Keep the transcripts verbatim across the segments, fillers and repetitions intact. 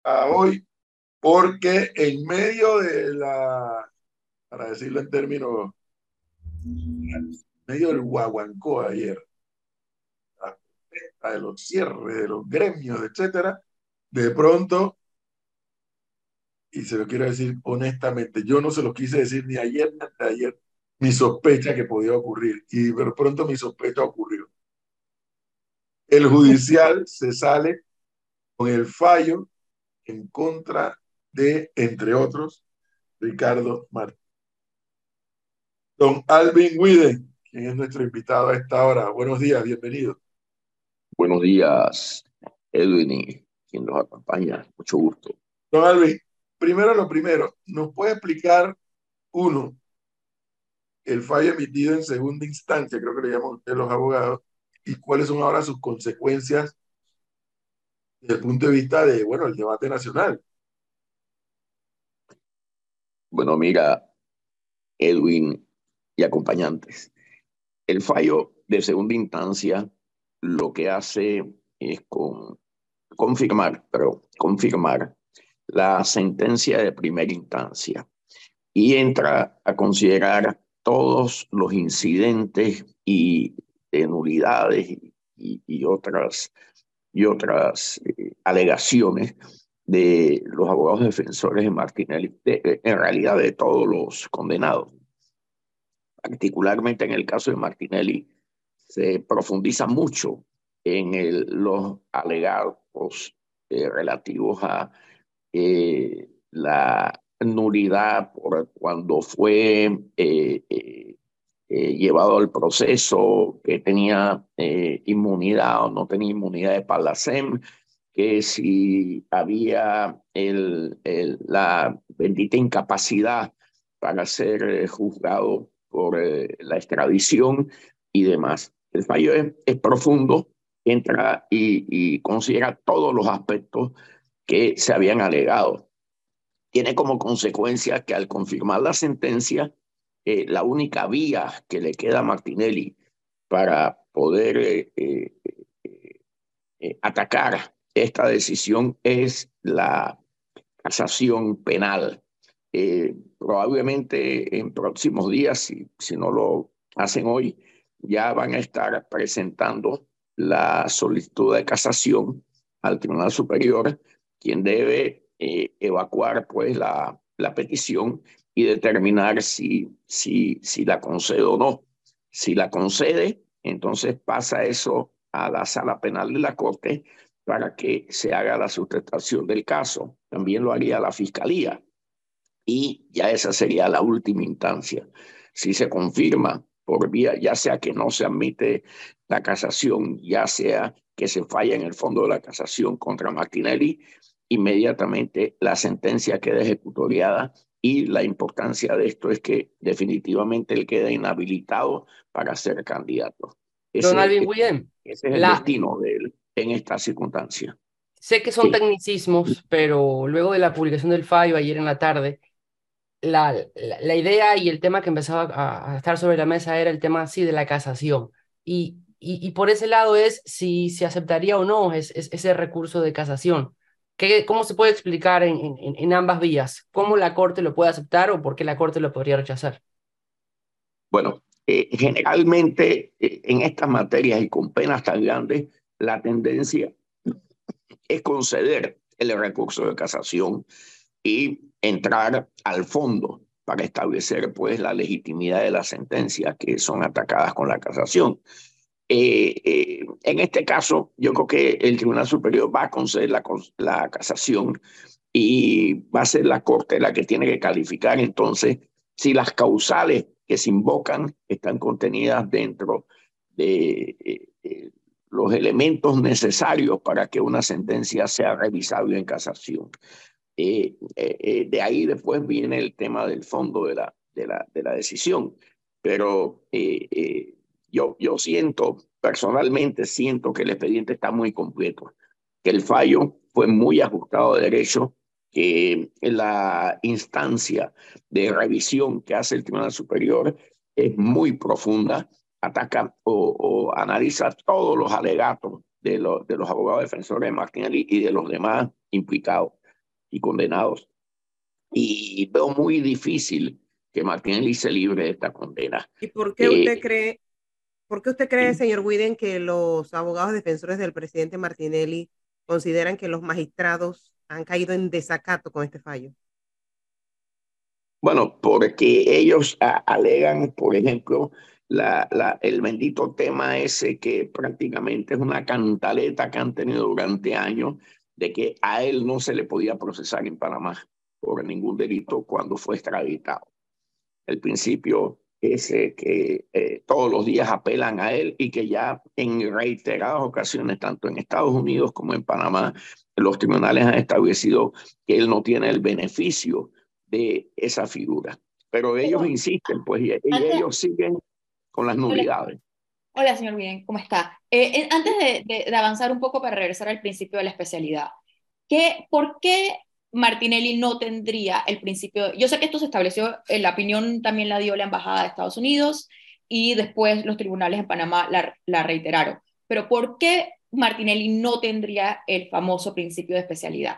a hoy, porque en medio de la, para decirlo en términos, en medio del guaguancó ayer, de los cierres, de los gremios, etcétera, de pronto, y se lo quiero decir honestamente, yo no se lo quise decir ni ayer ni antes de ayer, mi sospecha que podía ocurrir, y de pronto mi sospecha ocurrió. El judicial se sale con el fallo en contra de, entre otros, Ricardo Martín. Don Alvin Widen, quien es nuestro invitado a esta hora. Buenos días, bienvenido. Buenos días, Edwin, y quien nos acompaña. Mucho gusto. Don Alvin, primero lo primero, ¿nos puede explicar, uno, el fallo emitido en segunda instancia, creo que le llaman ustedes los abogados, y cuáles son ahora sus consecuencias desde el punto de vista de, bueno, el debate nacional? Bueno, mira, Edwin y acompañantes, el fallo de segunda instancia lo que hace es con, confirmar, pero confirmar la sentencia de primera instancia y entra a considerar todos los incidentes y de nulidades y, y otras y otras eh, alegaciones de los abogados defensores de Martinelli, de, en realidad de todos los condenados. Particularmente en el caso de Martinelli, se profundiza mucho en el, los alegatos eh, relativos a eh, la nulidad por cuando fue eh, eh, eh, llevado al proceso, que tenía eh, inmunidad o no tenía inmunidad de Palacem, que si había el, el, la bendita incapacidad para ser eh, juzgado por eh, la extradición y demás. El fallo es, es profundo, entra y, y considera todos los aspectos que se habían alegado. Tiene como consecuencia que al confirmar la sentencia, eh, la única vía que le queda a Martinelli para poder eh, eh, eh, atacar esta decisión es la casación penal. Eh, probablemente en próximos días, si, si no lo hacen hoy, ya van a estar presentando la solicitud de casación al Tribunal Superior, quien debe eh, evacuar pues la, la petición y determinar si, si, si la concede o no. Si la concede, entonces pasa eso a la sala penal de la Corte para que se haga la sustentación del caso. También lo haría la Fiscalía y ya esa sería la última instancia. Si se confirma por vía, ya sea que no se admite la casación, ya sea que se falla en el fondo de la casación contra Martinelli, inmediatamente la sentencia queda ejecutoriada y la importancia de esto es que definitivamente él queda inhabilitado para ser candidato. Don Ese, Alvin ese William, es el la, destino de él en esta circunstancia. sé que son Sí. tecnicismos, pero luego de la publicación del fallo ayer en la tarde, la, la, la idea y el tema que empezaba a, a estar sobre la mesa era el tema así de la casación. Y, y, y por ese lado es si se aceptaría o no es, es, ese recurso de casación. ¿Qué, ¿Cómo se puede explicar en, en, en ambas vías? ¿Cómo la Corte lo puede aceptar o por qué la Corte lo podría rechazar? Bueno, eh, generalmente eh, en estas materias y con penas tan grandes, la tendencia es conceder el recurso de casación y entrar al fondo para establecer pues la legitimidad de las sentencias que son atacadas con la casación. Eh, eh, en este caso, yo creo que el Tribunal Superior va a conceder la, la casación y va a ser la Corte la que tiene que calificar entonces si las causales que se invocan están contenidas dentro de eh, eh, los elementos necesarios para que una sentencia sea revisable en casación. Eh, eh, eh, de ahí después viene el tema del fondo de la, de la, de la decisión. Pero eh, eh, yo, yo siento, personalmente siento que el expediente está muy completo, que el fallo fue muy ajustado de derecho, que la instancia de revisión que hace el Tribunal Superior es muy profunda, ataca o, o analiza todos los alegatos de, lo, de los abogados defensores de Martinelli y de los demás implicados. y condenados. Y veo muy difícil que Martinelli se libre de esta condena. ¿Y por qué usted Eh, cree, por qué usted cree, sí. señor Widen, que los abogados defensores del presidente Martinelli consideran que los magistrados han caído en desacato con este fallo? Bueno, porque ellos a, alegan, por ejemplo, la, la, el bendito tema ese que prácticamente es una cantaleta que han tenido durante años de que a él no se le podía procesar en Panamá por ningún delito cuando fue extraditado. El principio ese que eh, todos los días apelan a él y que ya en reiteradas ocasiones, tanto en Estados Unidos como en Panamá, los tribunales han establecido que él no tiene el beneficio de esa figura. Pero ellos Pero, insisten, pues, y, y antes, ellos siguen con las hola, nulidades. hola, señor Widen, ¿cómo está? Eh, eh, antes de, de, de avanzar un poco para regresar al principio de la especialidad, ¿qué, ¿por qué Martinelli no tendría el principio? Yo sé que esto se estableció, en la opinión también la dio la Embajada de Estados Unidos y después los tribunales en Panamá la, la reiteraron, pero ¿por qué Martinelli no tendría el famoso principio de especialidad?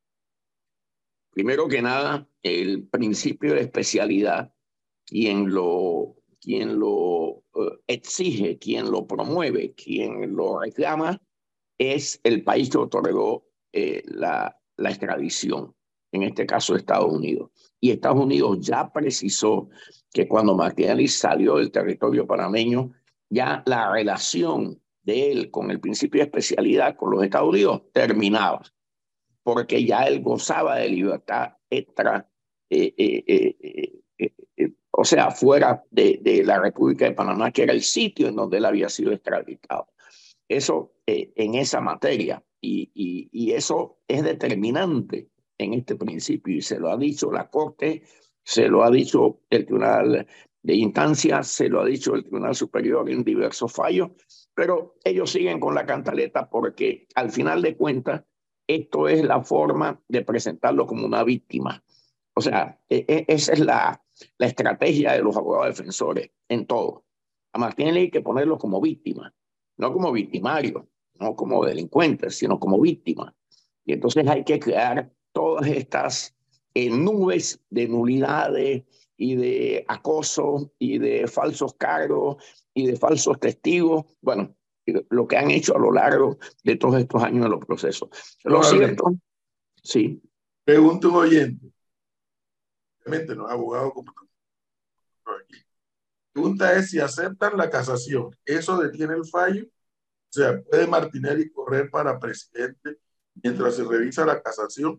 Primero que nada, el principio de especialidad, quien lo, quien lo uh, exige, quien lo promueve, quien lo reclama, es el país que otorgó eh, la, la extradición, en este caso Estados Unidos. Y Estados Unidos ya precisó que cuando Martinelli salió del territorio panameño, ya la relación de él con el principio de especialidad con los Estados Unidos terminaba, porque ya él gozaba de libertad extra, eh, eh, eh, eh, eh, o sea, fuera de, de la República de Panamá, que era el sitio en donde él había sido extraditado. Eso eh, en esa materia, y, y, y eso es determinante en este principio, y se lo ha dicho la Corte, se lo ha dicho el Tribunal de Instancia, se lo ha dicho el Tribunal Superior en diversos fallos, pero ellos siguen con la cantaleta porque al final de cuentas esto es la forma de presentarlo como una víctima. O sea, e, e, esa es la, la estrategia de los abogados defensores en todo. A Martinelli hay que ponerlo como víctima, no como victimario, no como delincuente, sino como víctima. Y entonces hay que crear todas estas eh, nubes de nulidades y de acoso y de falsos cargos y de falsos testigos. Bueno, lo que han hecho a lo largo de todos estos años de los procesos. Lo Don cierto, Albert, sí. pregunta un oyente, obviamente no es abogado como aquí. Pregunta es si aceptan la casación, ¿eso detiene el fallo? O sea, ¿puede Martinelli correr para presidente mientras se revisa la casación?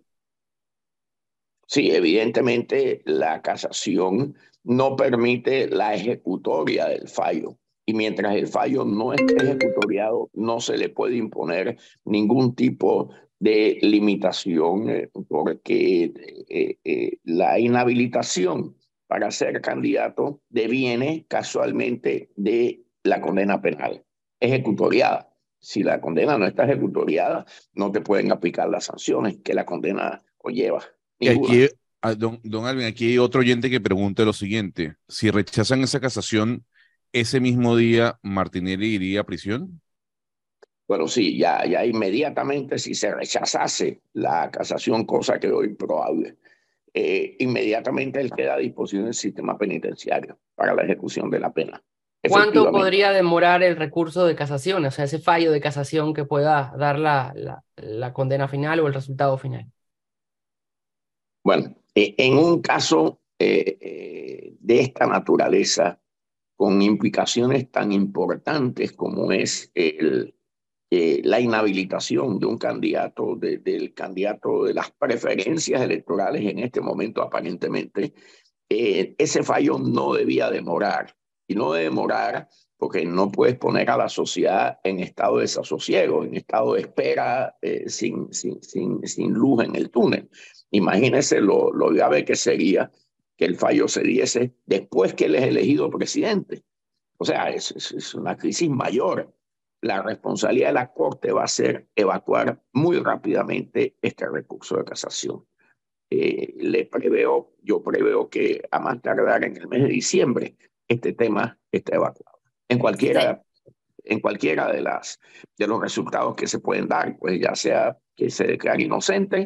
Sí, evidentemente la casación no permite la ejecutoria del fallo. Y mientras el fallo no esté ejecutoriado, no se le puede imponer ningún tipo de limitación, eh, porque eh, eh, la inhabilitación para ser candidato deviene casualmente de la condena penal ejecutoriada. Si la condena no está ejecutoriada, no te pueden aplicar las sanciones que la condena conlleva. Y Ninguna. aquí, ah, don, don Alvin, aquí hay otro oyente que pregunta lo siguiente: si rechazan esa casación, ese mismo día Martinelli iría a prisión. Bueno, sí, ya, ya inmediatamente si se rechazase la casación, cosa que es improbable, eh, inmediatamente él queda a disposición del sistema penitenciario para la ejecución de la pena. ¿Cuánto podría demorar el recurso de casación? O sea, ese fallo de casación que pueda dar la, la, la condena final o el resultado final. Bueno, eh, en un caso eh, eh, de esta naturaleza, con implicaciones tan importantes como es el, eh, la inhabilitación de un candidato, de, del candidato de las preferencias electorales en este momento aparentemente, eh, ese fallo no debía demorar. Y no debe demorar porque no puedes poner a la sociedad en estado de desasosiego, en estado de espera, eh, sin, sin, sin, sin luz en el túnel. Imagínense lo, lo grave que sería que el fallo se diese después que él es elegido presidente. O sea, es, es, es una crisis mayor. La responsabilidad de la Corte va a ser evacuar muy rápidamente este recurso de casación. Eh, le preveo, yo preveo que a más tardar en el mes de diciembre este tema está evacuado. En cualquiera, en cualquiera de, las, de los resultados que se pueden dar, pues ya sea que se declare inocente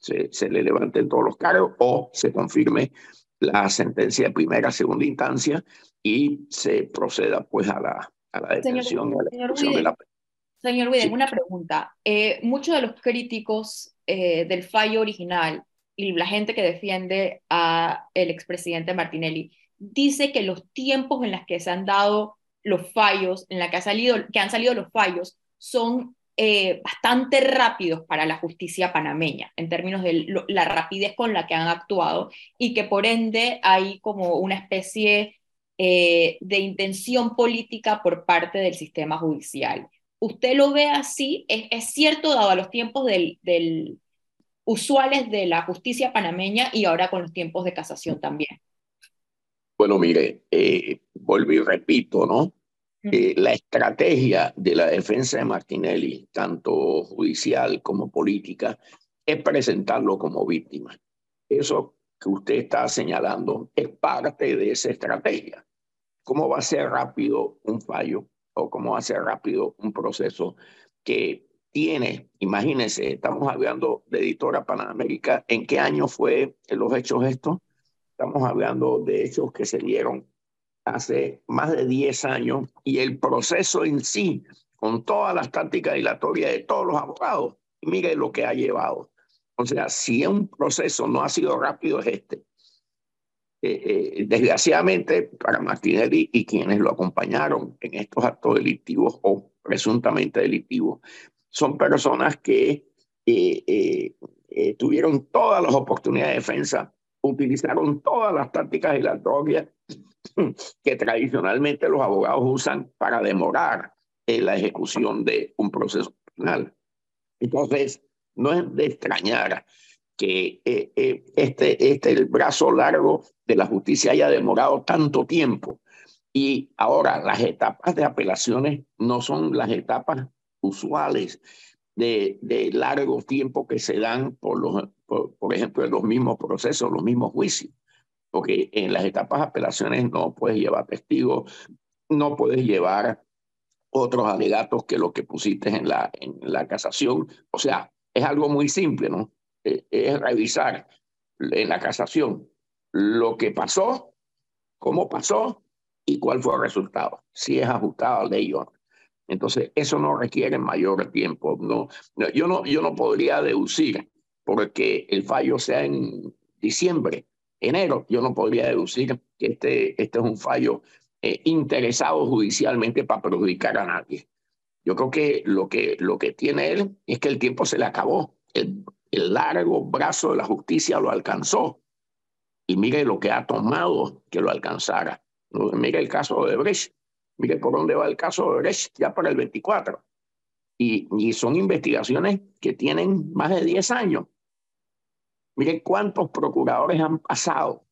se, se le levanten todos los cargos o se confirme la sentencia de primera, segunda instancia y se proceda pues a la, a la Señor, detención y a la señor ejecución de Widen, la pena. señor Widen, Sí. una pregunta. Eh, muchos de los críticos eh, del fallo original y la gente que defiende a el expresidente Martinelli dice que los tiempos en los que se han dado los fallos, en la que, ha salido, que han salido los fallos, son eh, bastante rápidos para la justicia panameña, en términos de lo, la rapidez con la que han actuado, y que por ende hay como una especie eh, de intención política por parte del sistema judicial. ¿Usted lo ve así? ¿Es, es cierto, dado a los tiempos del, del usuales de la justicia panameña y ahora con los tiempos de casación también? Bueno, mire, eh, vuelvo y repito, ¿no? Eh, la estrategia de la defensa de Martinelli, tanto judicial como política, es presentarlo como víctima. Eso que usted está señalando es parte de esa estrategia. ¿Cómo va a ser rápido un fallo o cómo va a ser rápido un proceso que tiene, imagínense, estamos hablando de Editora Panamérica, ¿en qué año fue los hechos estos? Estamos hablando de hechos que se dieron hace más de diez años y el proceso en sí, con todas las tácticas dilatorias de todos los abogados, mire lo que ha llevado. O sea, si un proceso no ha sido rápido es este. Eh, eh, desgraciadamente para Martinelli y quienes lo acompañaron en estos actos delictivos o presuntamente delictivos, son personas que eh, eh, eh, tuvieron todas las oportunidades de defensa, utilizaron todas las tácticas dilatorias que tradicionalmente los abogados usan para demorar eh, la ejecución de un proceso penal. Entonces, no es de extrañar que eh, eh, este, este el brazo largo de la justicia haya demorado tanto tiempo. Y ahora las etapas de apelaciones no son las etapas usuales de, de largo tiempo que se dan por, los, por, por ejemplo, en los mismos procesos, los mismos juicios. Porque en las etapas de apelaciones no puedes llevar testigos, no puedes llevar otros alegatos que lo que pusiste en la, en la casación. O sea, es algo muy simple, ¿no? Eh, es revisar en la casación lo que pasó, cómo pasó y cuál fue el resultado, si es ajustado a ley o no. Entonces, eso no requiere mayor tiempo. No, no, yo, no, yo no podría deducir, porque el fallo sea en diciembre, enero, yo no podría deducir que este, este es un fallo eh, interesado judicialmente para perjudicar a nadie. Yo creo que lo que, lo que tiene él es que el tiempo se le acabó. El, el largo brazo de la justicia lo alcanzó. Y mire lo que ha tomado que lo alcanzara. Mire el caso de Brecht. Mire por dónde va el caso de Brecht ya para el veinticuatro. Y, y son investigaciones que tienen más de diez años. Mire cuántos procuradores han pasado.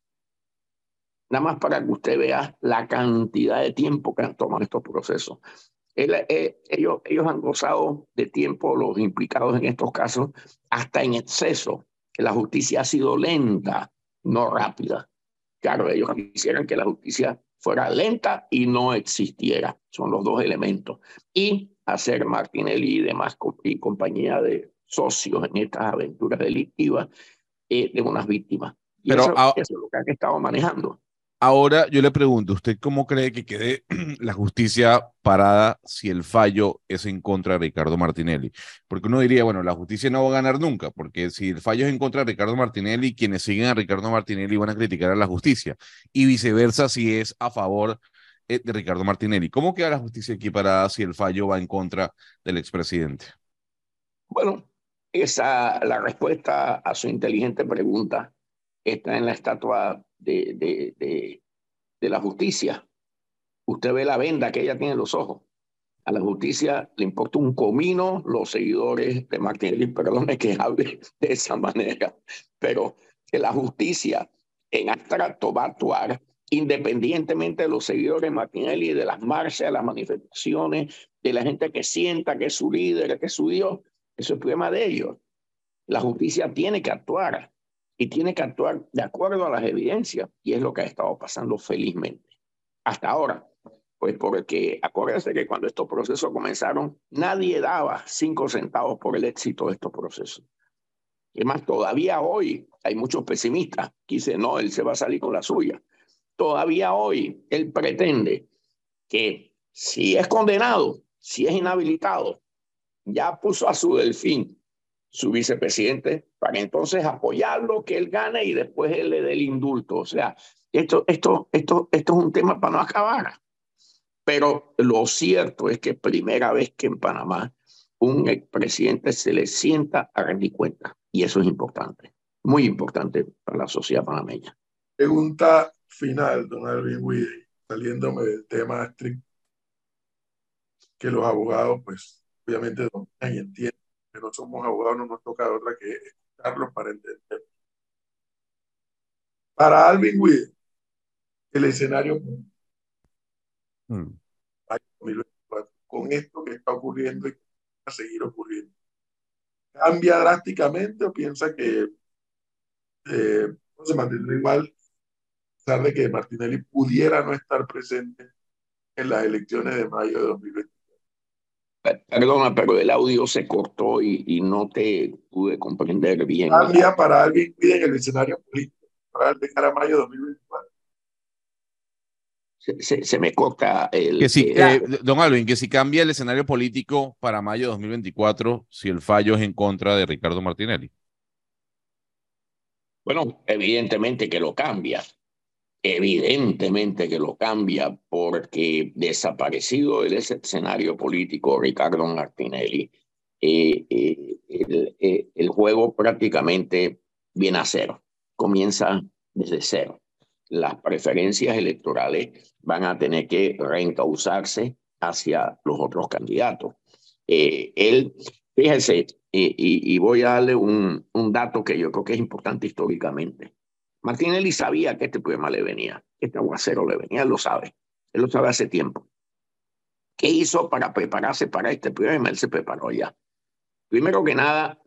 Nada más para que usted vea la cantidad de tiempo que han tomado estos procesos. Él, eh, ellos, ellos han gozado de tiempo, los implicados en estos casos, hasta en exceso, que la justicia ha sido lenta, no rápida. Claro, ellos quisieran que la justicia fuera lenta y no existiera. Son los dos elementos. Y hacer Martinelli y demás y compañía de socios en estas aventuras delictivas eh, de unas víctimas. Y Pero eso, a, eso es lo que han estado manejando. ahora yo le pregunto, ¿usted cómo cree que quede la justicia parada si el fallo es en contra de Ricardo Martinelli? Porque uno diría, bueno, la justicia no va a ganar nunca, porque si el fallo es en contra de Ricardo Martinelli, quienes siguen a Ricardo Martinelli van a criticar a la justicia, y viceversa si es a favor eh, de Ricardo Martinelli. ¿Cómo queda la justicia aquí parada si el fallo va en contra del expresidente? Bueno, esa, la respuesta a su inteligente pregunta está en la estatua de, de, de, de la justicia. Usted ve la venda que ella tiene en los ojos. A la justicia le importa un comino los seguidores de Martinelli, perdone que hable de esa manera, pero que la justicia en abstracto va a actuar independientemente de los seguidores de Martinelli, de las marchas, de las manifestaciones, de la gente que sienta que es su líder, que es su Dios. Eso es problema de ellos. La justicia tiene que actuar y tiene que actuar de acuerdo a las evidencias, y es lo que ha estado pasando felizmente hasta ahora. Pues porque acuérdense que cuando estos procesos comenzaron, nadie daba cinco centavos por el éxito de estos procesos. Es más, todavía hoy hay muchos pesimistas que dicen, no, él se va a salir con la suya. Todavía hoy él pretende que si es condenado, si es inhabilitado, ya puso a su delfín, su vicepresidente, para entonces apoyarlo, que él gane y después él le dé el indulto. O sea, esto, esto, esto, esto es un tema para no acabar. Pero lo cierto es que es primera vez que en Panamá un expresidente se le sienta a rendir cuentas. Y eso es importante, muy importante para la sociedad panameña. Pregunta final, don Alvin Wide, saliéndome del tema estricto, que los abogados, pues, obviamente dominan y entienden, que no somos abogados, no nos toca otra que escucharlos para entender. Para Alvin Wide, el escenario Mm. dos mil veinticuatro, con esto que está ocurriendo y que va a seguir ocurriendo, ¿cambia drásticamente o piensa que eh, no se mantendrá igual, a pesar de que Martinelli pudiera no estar presente en las elecciones de mayo de dos mil veinte? Perdona, pero el audio se cortó y, y no te pude comprender bien. Cambia para alguien que en el escenario político para de cara a mayo de dos mil veinticuatro. Se, se, se me corta el... Que si, eh, eh, don Alvin, que si cambia el escenario político para mayo de dos mil veinticuatro, si el fallo es en contra de Ricardo Martinelli. Bueno, evidentemente que lo cambia. Evidentemente que lo cambia, porque desaparecido del escenario político Ricardo Martinelli, eh, eh, el, eh, el juego prácticamente viene a cero, comienza desde cero. Las preferencias electorales van a tener que reencauzarse hacia los otros candidatos. Eh, él, fíjese, eh, y, y voy a darle un, un dato que yo creo que es importante históricamente. Martinelli sabía que este problema le venía, que este aguacero le venía, él lo sabe, él lo sabe hace tiempo. ¿Qué hizo para prepararse para este problema? Él se preparó ya. Primero que nada,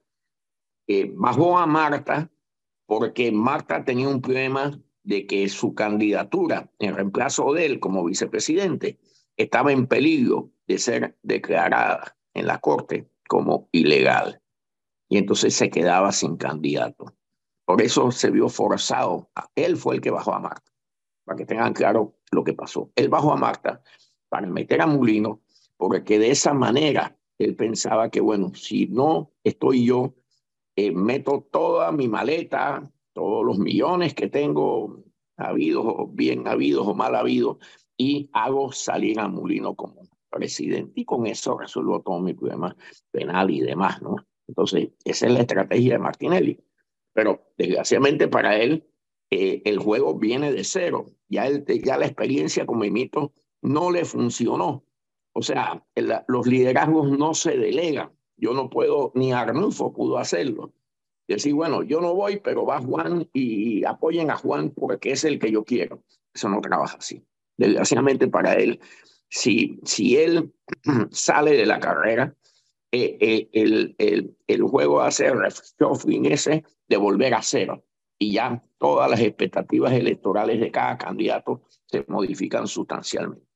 eh, bajó a Marta porque Marta tenía un problema de que su candidatura en reemplazo de él como vicepresidente estaba en peligro de ser declarada en la corte como ilegal. Y entonces se quedaba sin candidato. Por eso se vio forzado. Él fue el que bajó a Marta, para que tengan claro lo que pasó. Él bajó a Marta para meter a Mulino, porque de esa manera él pensaba que, bueno, si no estoy yo, eh, meto toda mi maleta, todos los millones que tengo, habidos, bien habidos o mal habidos, y hago salir a Mulino como presidente. Y con eso resuelvo todo mi problema penal y demás, ¿no? Entonces, esa es la estrategia de Martinelli. Pero desgraciadamente para él, eh, el juego viene de cero. Ya, él, ya la experiencia con Mimito no le funcionó. O sea, el, los liderazgos no se delegan. Yo no puedo, ni Arnulfo pudo hacerlo. Decir, bueno, yo no voy, pero va Juan y apoyen a Juan porque es el que yo quiero. Eso no trabaja así. Desgraciadamente para él, si, si él sale de la carrera, Eh, eh, el, el, el juego hace reshuffling ese de volver a cero y ya todas las expectativas electorales de cada candidato se modifican sustancialmente.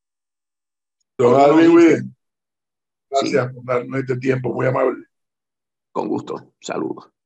Don Alvin Wide, gracias Sí. por darnos este tiempo, muy amable. Con gusto, saludos.